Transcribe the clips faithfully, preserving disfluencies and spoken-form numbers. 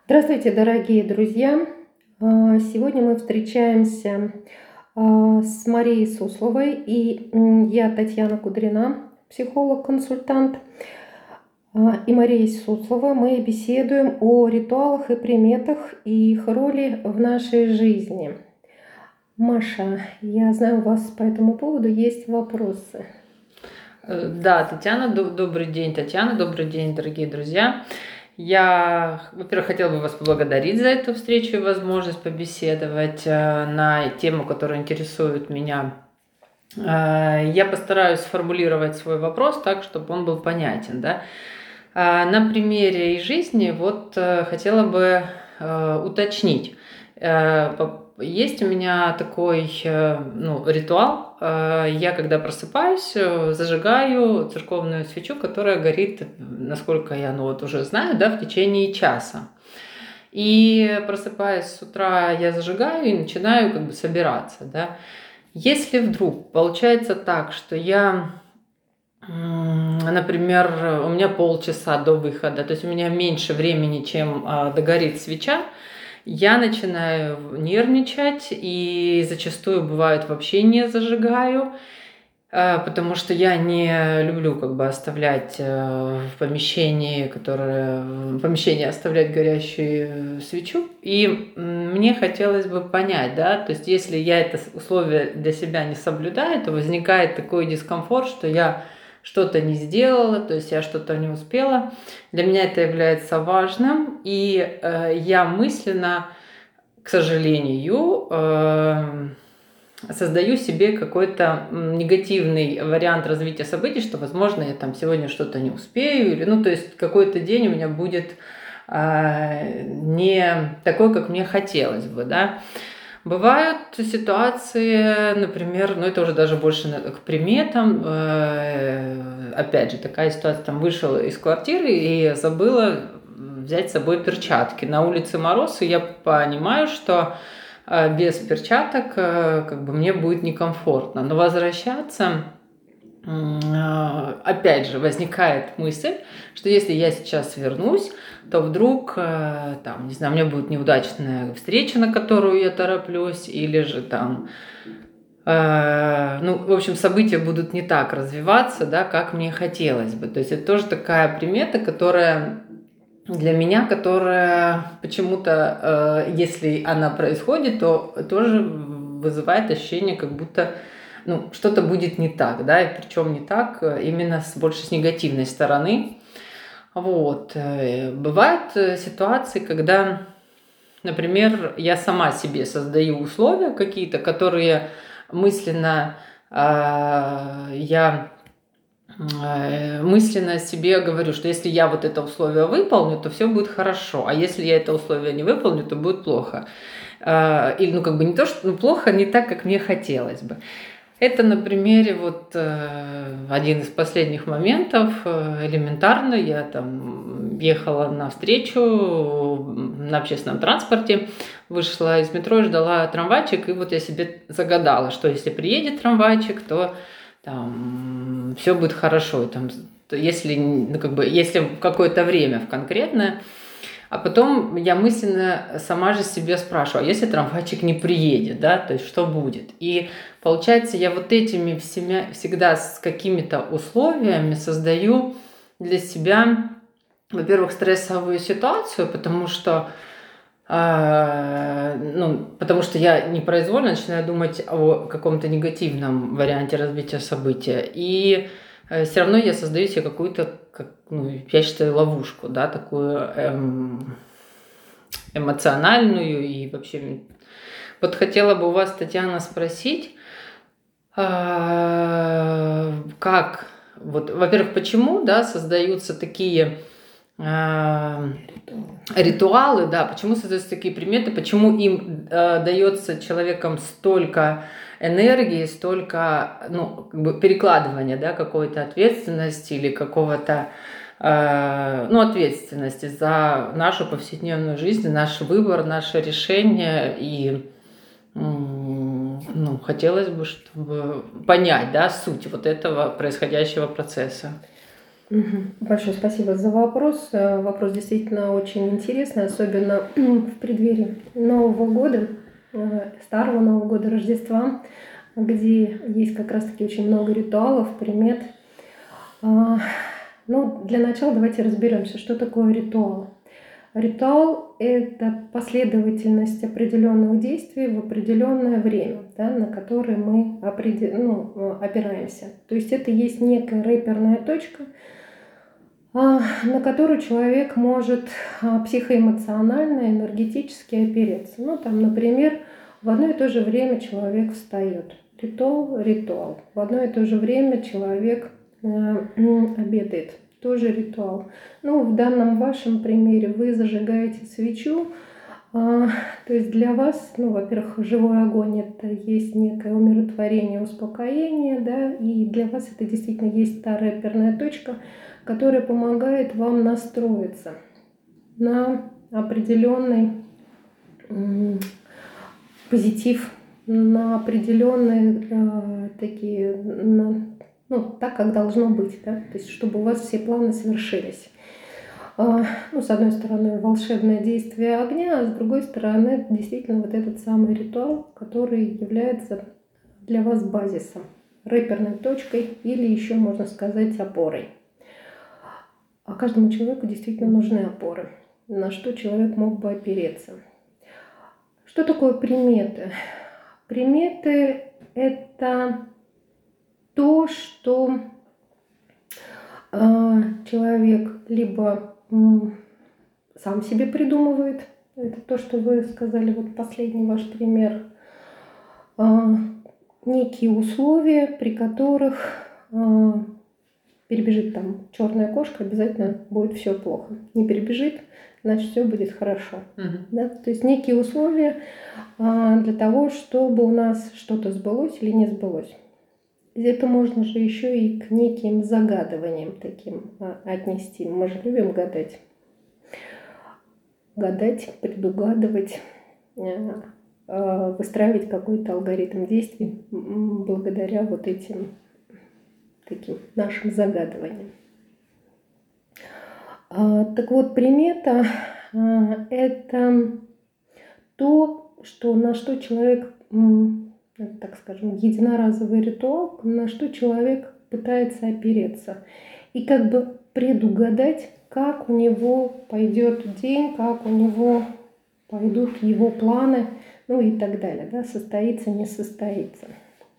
Здравствуйте, дорогие друзья! А, Сегодня мы встречаемся а, с Марией Сусловой, и м, я Татьяна Кудрина, психолог-консультант. А, И Марией Сусловой мы беседуем о ритуалах и приметах и их роли в нашей жизни. Маша, я знаю, у вас по этому поводу есть вопросы. Э, Да, Татьяна, до- добрый день, Татьяна, добрый день, дорогие друзья. Я, во-первых, хотела бы вас поблагодарить за эту встречу и возможность побеседовать э, на тему, которая интересует меня. Э, Я постараюсь сформулировать свой вопрос так, чтобы он был понятен, да. А, На примере из жизни вот э, хотела бы э, уточнить. Э, по- Есть у меня такой э, ну, ритуал. Э, Я, когда просыпаюсь, э, зажигаю церковную свечу, которая горит, насколько я ну, вот уже знаю, да, в течение часа. И просыпаясь с утра, я зажигаю и начинаю как бы собираться, да. Если вдруг получается так, что я М, Например, у меня полчаса до выхода, то есть у меня меньше времени, чем а, догорит свеча, я начинаю нервничать и зачастую бывает вообще не зажигаю, а, потому что я не люблю как бы оставлять э, в помещении, которое в помещении оставлять горящую свечу. И м, мне хотелось бы понять, да, то есть если я это условие для себя не соблюдаю, то возникает такой дискомфорт, что я что-то не сделала, то есть я что-то не успела. Для меня это является важным, и э, я мысленно, к сожалению, э, создаю себе какой-то негативный вариант развития событий, что, возможно, я там сегодня что-то не успею, или, ну, то есть какой-то день у меня будет э, не такой, как мне хотелось бы, да. Бывают ситуации, например, ну это уже даже больше к приметам, э, опять же, такая ситуация, там вышла из квартиры и забыла взять с собой перчатки. На улице мороз, и я понимаю, что э, без перчаток э, как бы мне будет некомфортно. Но возвращаться, э, опять же, возникает мысль, что если я сейчас вернусь, то вдруг, э, там, не знаю, у меня будет неудачная встреча, на которую я тороплюсь, или же там, э, ну, в общем, события будут не так развиваться, да, как мне хотелось бы. То есть это тоже такая примета, которая для меня, которая почему-то, э, если она происходит, то тоже вызывает ощущение, как будто ну, что-то будет не так, да, и причем не так, э, именно с, больше с негативной стороны. Вот. э, Бывают э, ситуации, когда, например, я сама себе создаю условия какие-то, которые мысленно э, я э, мысленно себе говорю, что если я вот это условие выполню, то все будет хорошо, а если я это условие не выполню, то будет плохо. Э, Или, ну, как бы не то, что ну, плохо, не так, как мне хотелось бы. Это на примере вот э, один из последних моментов, э, элементарно, я там ехала на встречу на общественном транспорте, вышла из метро, ждала трамвайчик, и вот я себе загадала, что если приедет трамвайчик, то там все будет хорошо, и там, если, ну, как бы, если в какое-то время в конкретное. А потом я мысленно сама же себе спрашиваю, а если трамвайчик не приедет, да, то есть что будет? И получается, я вот этими всеми, всегда с какими-то условиями создаю для себя, во-первых, стрессовую ситуацию, потому что а, ну, потому что я непроизвольно начинаю думать о каком-то негативном варианте развития события. И э, все равно я создаю себе какую-то, как, ну, я считаю, ловушку, да, такую эм, эмоциональную и вообще. Вот хотела бы у вас, Татьяна, спросить, а, как, вот, во-первых, почему, да, создаются такие а, ритуалы, да, почему создаются такие приметы, почему им э, дается человеком столько энергии, столько, ну, как бы перекладывания, да, какой-то ответственности или какого-то, э, ну, ответственности за нашу повседневную жизнь, наш выбор, наше решение. И м, ну, хотелось бы, чтобы понять, да, суть вот этого происходящего процесса. Мгм. Большое спасибо за вопрос. Э, Вопрос действительно очень интересный, особенно в преддверии Нового года, э, Старого Нового года, Рождества, где есть как раз-таки очень много ритуалов, примет. А, Ну, для начала давайте разберемся, что такое ритуал. Ритуал– это последовательность определенных действий в определенное время, да, на которое мы определ- ну, э, опираемся. То есть это есть некая рэперная точка, а, на которую человек может а, психоэмоционально, энергетически опереться. Ну, там, например, в одно и то же время человек встает. Ритуал, ритуал. В одно и то же время человек э, обедает. Тоже ритуал. Ну, в данном вашем примере вы зажигаете свечу. а, То есть для вас, ну, во-первых, живой огонь– это есть некое умиротворение, успокоение, да, и для вас это действительно есть та рэперная точка, которая помогает вам настроиться на определенный м, позитив, на определенные э, такие, на- ну, так, как должно быть, да, то есть чтобы у вас все планы свершились. А, Ну, с одной стороны, волшебное действие огня, а с другой стороны, действительно вот этот самый ритуал, который является для вас базисом, рэперной точкой или еще, можно сказать, опорой. А каждому человеку действительно нужны опоры, на что человек мог бы опереться. Что такое приметы? Приметы– это то, что э, человек либо м, сам себе придумывает, это то, что вы сказали, вот последний ваш пример, э, некие условия, при которых э, перебежит там черная кошка, обязательно будет все плохо. Не перебежит, значит все будет хорошо. Мгм. Да? То есть некие условия а, для того, чтобы у нас что-то сбылось или не сбылось. Это можно же еще и к неким загадываниям таким а, отнести. Мы же любим гадать. Гадать, предугадывать, а, а, выстраивать какой-то алгоритм действий м, благодаря вот этим таким нашим загадываниям. А, Так вот, примета а, это то, что, на что человек, м, так скажем, единоразовый ритуал, на что человек пытается опереться. И как бы предугадать, как у него пойдет день, как у него пойдут его планы, ну и так далее, да, состоится, не состоится.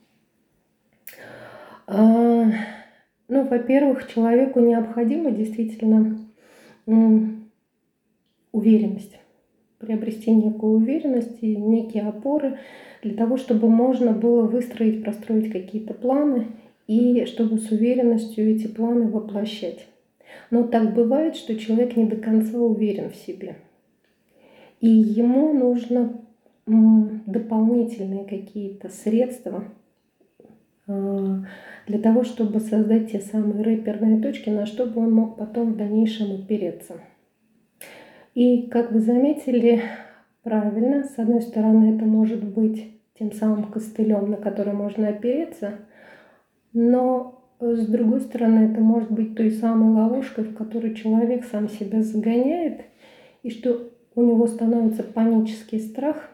А, Ну, во-первых, человеку необходимо действительно м, уверенность, приобрести некую уверенность и некие опоры для того, чтобы можно было выстроить, простроить какие-то планы и чтобы с уверенностью эти планы воплощать. Но так бывает, что человек не до конца уверен в себе. И ему нужно м, дополнительные какие-то средства а, для того, чтобы создать те самые рэперные точки, на что бы он мог потом в дальнейшем опереться. И, как вы заметили, правильно, с одной стороны, это может быть тем самым костылем, на который можно опереться, но с другой стороны, это может быть той самой ловушкой, в которую человек сам себя загоняет, и что у него становится панический страх,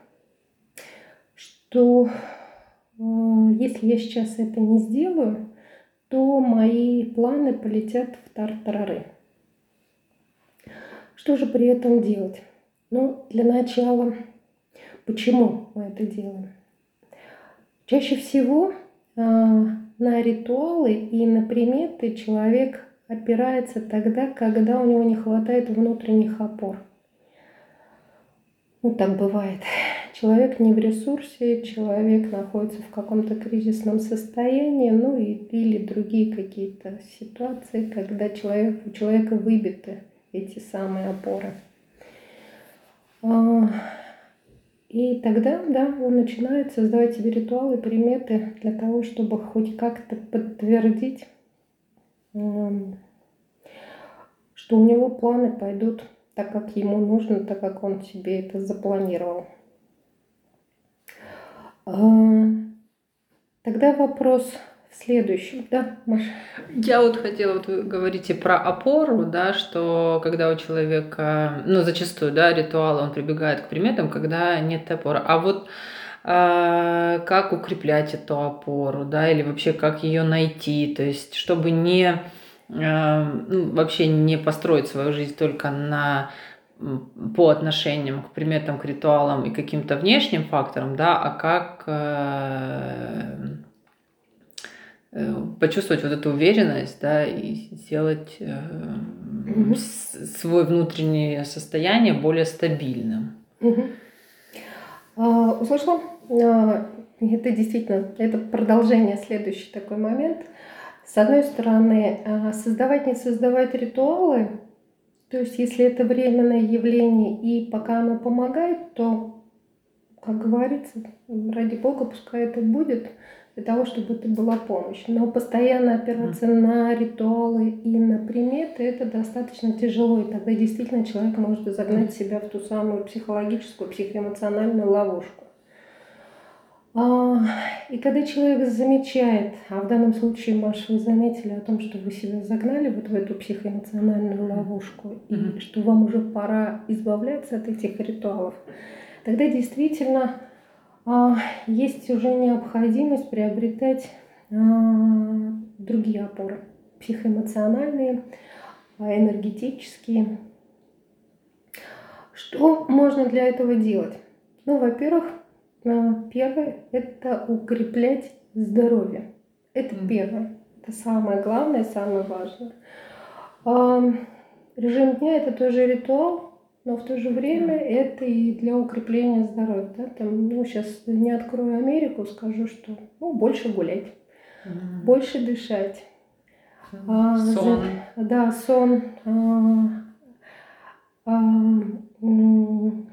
что э, если я сейчас это не сделаю, то мои планы полетят в тартарары. Что же при этом делать? Ну, для начала, почему мы это делаем? Чаще всего э, на ритуалы и на приметы человек опирается тогда, когда у него не хватает внутренних опор. Ну, так бывает. Человек не в ресурсе, человек находится в каком-то кризисном состоянии, ну и, или другие какие-то ситуации, когда человек, у человека выбиты эти самые опоры. И тогда, да, он начинает создавать себе ритуалы, приметы для того, чтобы хоть как-то подтвердить, что у него планы пойдут так, как ему нужно, так, как он себе это запланировал. Тогда вопрос следующий. Да, Маша? Я вот хотела, вот вы говорите про опору, да, что когда у человека, ну, зачастую, да, ритуалы, он прибегает к приметам, когда нет опоры. А вот а, как укреплять эту опору, да, или вообще как ее найти, то есть чтобы не, а, ну, вообще не построить свою жизнь только на по отношениям к приметам, к ритуалам и каким-то внешним факторам, да, а как э, э, почувствовать вот эту уверенность, да, и сделать э, Мгм. с- свое внутреннее состояние более стабильным. Мгм. А, услышала? А, это действительно, это продолжение, следующий такой момент. С одной стороны, а, создавать, не создавать ритуалы, то есть если это временное явление и пока оно помогает, то, как говорится, ради Бога, пускай это будет, для того, чтобы это была помощь. Но постоянно опираться на ритуалы и на приметы, это достаточно тяжело, и тогда действительно человек может загнать себя в ту самую психологическую, психоэмоциональную ловушку. А, И когда человек замечает, а в данном случае, Маша, вы заметили о том, что вы себя загнали вот в эту психоэмоциональную ловушку, и Мгм. что вам уже пора избавляться от этих ритуалов, тогда действительно а, есть уже необходимость приобретать а, другие опоры, психоэмоциональные, а, энергетические. Что можно для этого делать? Ну, во-первых, а, первое – это укреплять здоровье. Это Мгм. первое. Это самое главное, самое важное. А, Режим дня – это тоже ритуал, но в то же время это и для укрепления здоровья. Да? Там, ну, сейчас не открою Америку, скажу, что ну, больше гулять, Мгм. больше дышать. А, за- Сон. Да, сон. а, а, м,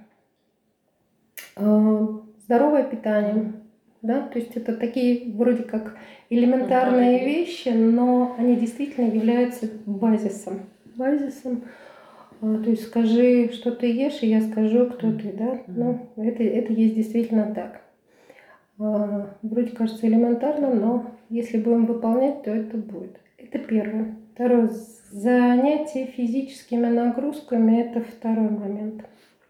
а, Здоровое питание. Да? То есть это такие вроде как элементарные Мгм. вещи, но они действительно являются базисом. Базисом. А, То есть скажи, что ты ешь, и я скажу, кто ты, да? Ну, это, это есть действительно так. А, Вроде кажется элементарно, но если будем выполнять, то это будет. Это первое. Второе. Занятие физическими нагрузками – это второй момент.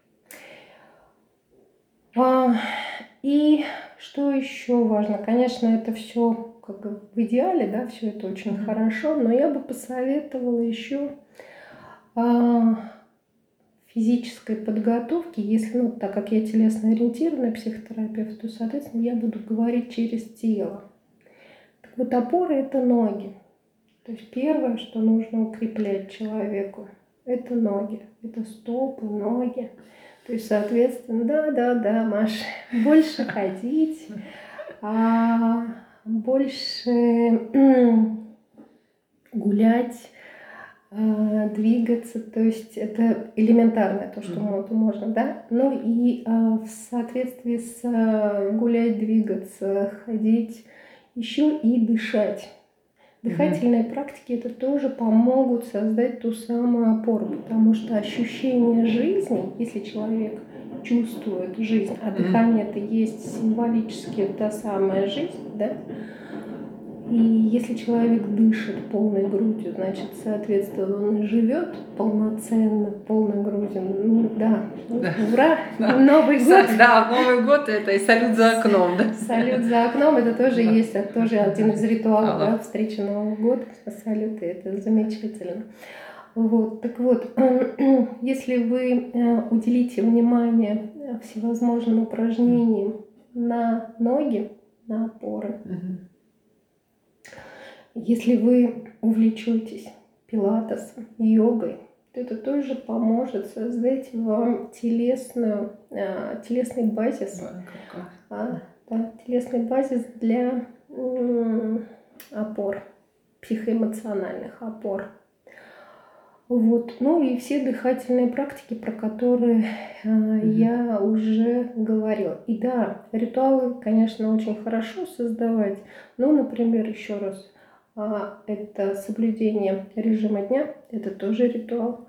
А, И что еще важно? Конечно, это все как бы в идеале, да, все это очень Мгм. хорошо, но я бы посоветовала еще а, физической подготовки, если, ну, так как я телесно-ориентированный психотерапевт, то, соответственно, я буду говорить через тело. Так вот, опоры – это ноги. То есть первое, что нужно укреплять человеку, это ноги, это стопы, ноги. То есть, соответственно, да, да, да, Маша, больше ходить, а, больше м, гулять, а, двигаться. То есть это элементарное то, что Мгм. мо- можно, да. Ну и а, в соответствии с а, гулять, двигаться, ходить, еще и дышать. Дыхательные практики это тоже помогут создать ту самую опору, потому что ощущение жизни, если человек чувствует жизнь, а дыхание это есть символически та самая жизнь, да, и если человек дышит полной грудью, значит, соответственно, он живет полноценно, полной грудью. Ну да, Да. ура, Да. Новый год! Са- Да, Новый год это и салют за окном, да. Салют за окном, это тоже Да. есть, это тоже один из ритуалов, да, Ага. встречи Нового года, салюты, это замечательно. Вот, так вот, если вы э, уделите внимание э, всевозможным упражнениям на ноги, на опоры, Мгм. если вы увлечетесь пилатесом, йогой, то это тоже поможет создать вам телесную, э, телесный базис, Да, как- а, да, телесный базис для м, опор, психоэмоциональных опор. Вот. Ну и все дыхательные практики, про которые э, Мгм. я уже говорила. И да, ритуалы, конечно, очень хорошо создавать. Ну, например, еще раз, а, это соблюдение режима дня, это тоже ритуал.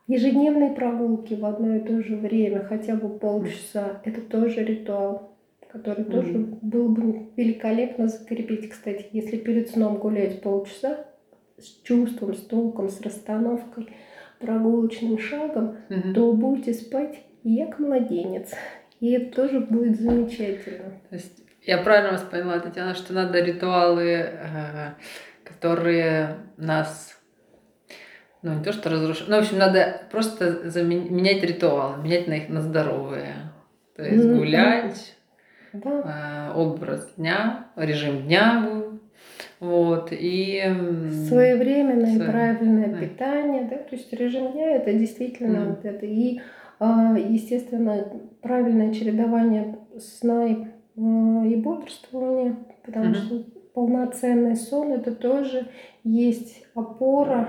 Ежедневные прогулки в одно и то же время, хотя бы полчаса, это тоже ритуал. который тоже Мгм. был бы великолепно закрепить. Кстати, если перед сном гулять полчаса с чувством, с толком, с расстановкой, прогулочным шагом, Мгм. то будете спать як младенец. И это тоже будет замечательно. То есть я правильно вас поняла, Татьяна, что надо ритуалы, э, которые нас, ну не то что разрушают, ну в общем надо просто замен- менять ритуалы, менять на их на здоровые. То есть М, м, гулять, Да, э, образ дня, режим дня, вот, и м, своевременное и своё- правильное да. питание, да, то есть режим дня это действительно Мгм. вот это. И, а, естественно, правильное чередование сна и, а, и бодрствования, потому Мгм. что полноценный сон это тоже есть опора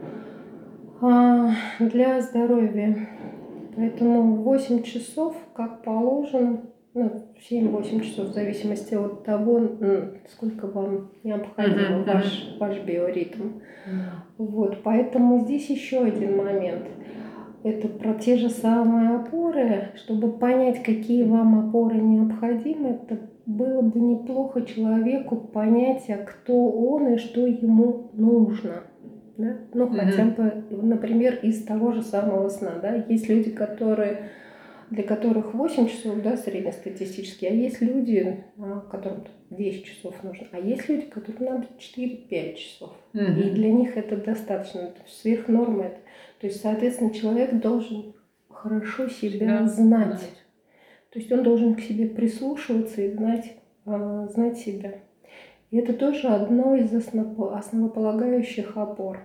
а, для здоровья. Поэтому восемь часов, как положено, ну, семь-восемь часов, в зависимости от того, м, сколько вам необходимо, Мгм. ваш, Мгм. ваш биоритм. Да. Вот, поэтому здесь еще один момент. Это про те же самые опоры. Чтобы понять, какие вам опоры необходимы, это было бы неплохо человеку понять, а кто он и что ему нужно. Да? Ну, хотя Мгм. бы, например, из того же самого сна. Да? Есть люди, которые, для которых восемь часов, да, среднестатистически, а есть люди, а, которым десять часов нужно, а есть люди, которым надо четыре-пять часов. И Мгм. для них это достаточно, сверх нормы это. То есть, соответственно, человек должен хорошо себя Себя знать. знать. То есть он должен к себе прислушиваться и знать, а, знать себя. И это тоже одно из основ- основополагающих опор.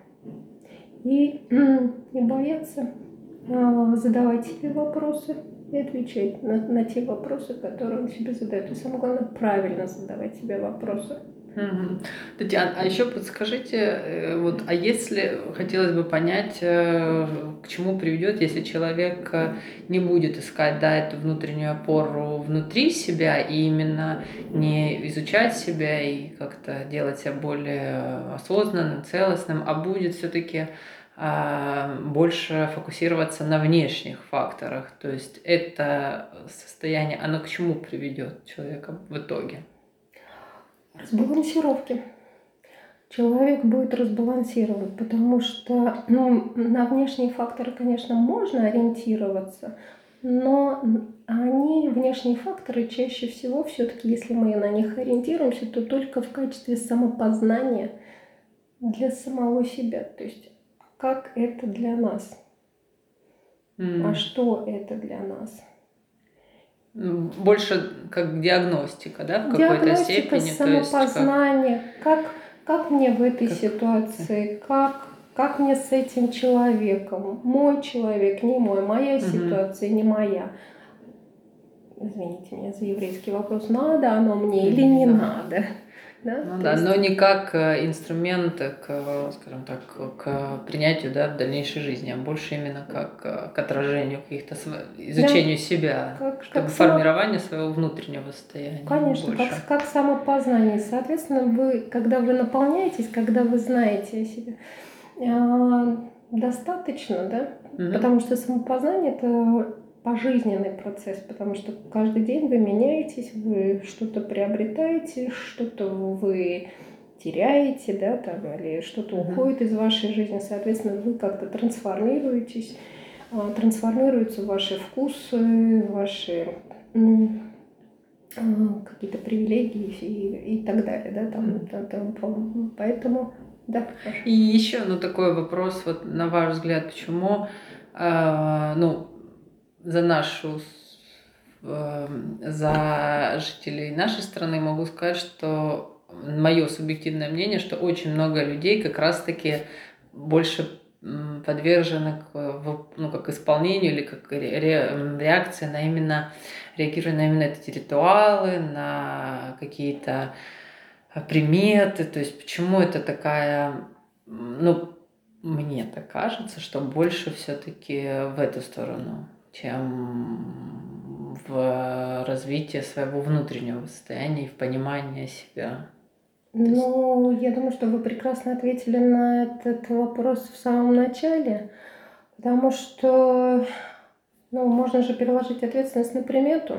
И м, не бояться а, задавать себе вопросы и отвечать на, на те вопросы, которые он себе задает. И самое главное, правильно задавать себе вопросы. Мгм. Татьяна, а еще подскажите, э, вот, а если хотелось бы понять, э, к чему приведет, если человек э, не будет искать, да, эту внутреннюю опору внутри себя и именно не изучать себя и как-то делать себя более осознанным, целостным, а будет все-таки больше фокусироваться на внешних факторах, то есть это состояние, оно к чему приведет человека в итоге? Разбалансировки. Человек будет разбалансирован, потому что ну, на внешние факторы, конечно, можно ориентироваться, но они, внешние факторы, чаще всего, все-таки, если мы на них ориентируемся, то только в качестве самопознания для самого себя. То есть, как это для нас, а М. что это для нас. М, Больше как диагностика, да, в какой-то Диагностика, степени, то есть как, самопознание, как, как мне в этой как ситуации, как, как мне с этим человеком, мой человек, не мой, моя Мгм. ситуация, не моя. Извините меня за еврейский вопрос, надо оно мне или М, не да. надо. Да? Ну То да, но есть, не как э, инструмент к, скажем так, к принятию, да, в дальнейшей жизни, а больше именно как э, к отражению каких-то, св- да, изучению себя, как, как чтобы само, формирование своего внутреннего состояния конечно, как, больше. как самопознание. Соответственно, вы, когда вы наполняетесь, когда вы знаете о себе, а, достаточно, да? Мгм. Потому что самопознание это пожизненный процесс, потому что каждый день вы меняетесь, вы что-то приобретаете, что-то вы теряете, да, там, или что-то Мгм. уходит из вашей жизни, соответственно, вы как-то трансформируетесь, а, трансформируются ваши вкусы, ваши м, а, какие-то привилегии и, и так далее, да, там, Мгм. там, там, по- поэтому, да, Маша. И еще, ну, такой вопрос, вот на ваш взгляд, почему, э, ну, за нашу, э, за жителей нашей страны могу сказать, что мое субъективное мнение, что очень много людей как раз-таки больше м, подвержены к, в- ну, как исполнению или как ре- ре- реакции на именно, реагируя на именно эти ритуалы, на какие-то а, приметы, то есть почему это такая, м, ну, мне так кажется, что больше все-таки в эту сторону, чем в развитие своего внутреннего состояния и в понимание себя. То есть, Ну, я думаю, что вы прекрасно ответили на этот вопрос в самом начале, потому что, ну, можно же переложить ответственность на примету.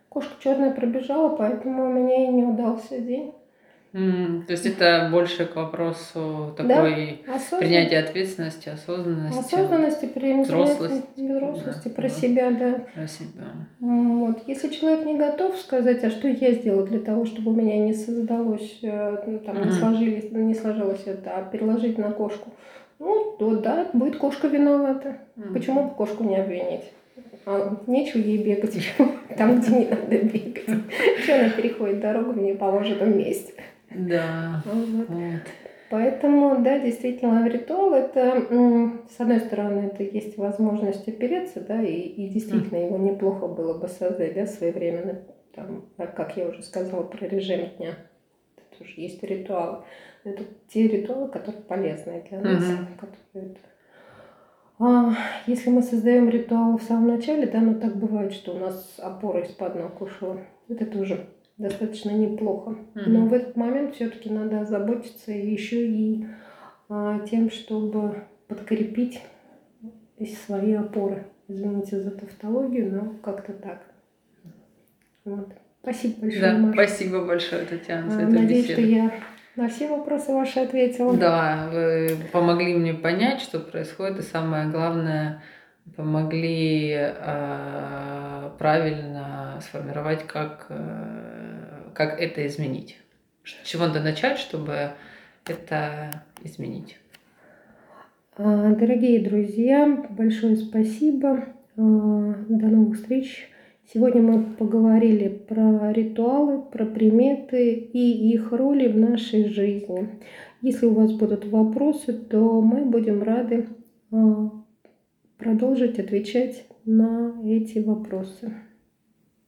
Кошка черная пробежала, поэтому у меня и не удался день. М, То есть это больше к вопросу Да, такой осознанность, принятия ответственности, осознанности, осознанности, принятия взрослости, взрослости да, про да, себя, да. про себя. М, Вот. Если человек не готов сказать, а что я сделал для того, чтобы у меня не создалось, э, ну, там, не Мгм. сложились, не сложилось это, а переложить на кошку, ну, то да, будет кошка виновата. Мгм. Почему бы кошку не обвинить? А нечего ей бегать там, где не надо бегать. Что она переходит дорогу в неположенном месте? Да, Вот. вот. Поэтому, да, действительно, ритуал это, м, с одной стороны, это есть возможность опереться, да, и, и действительно его неплохо было бы создать, да, своевременно, там, а как я уже сказала про режим дня, это тоже есть ритуалы. Это те ритуалы, которые полезны для нас, Мгм. которые... А, если мы создаем ритуал в самом начале, да, ну так бывает, что у нас опора из-под ног ушла, это тоже достаточно неплохо. Но Мгм. в этот момент все-таки надо озаботиться еще и а, тем, чтобы подкрепить свои опоры. Извините за тавтологию, но как-то так. Вот. Спасибо большое, Да, Маша. спасибо большое, Татьяна, за А, эту Надеюсь, что беседу. я на все вопросы ваши ответила. Да, вы помогли мне понять, что происходит, и самое главное, помогли э, правильно сформировать, как, э, как это изменить. С чего надо начать, чтобы это изменить. А, Дорогие друзья, большое спасибо. А, До новых встреч. Сегодня мы поговорили про ритуалы, про приметы и их роли в нашей жизни. Если у вас будут вопросы, то мы будем рады а, продолжить отвечать на эти вопросы.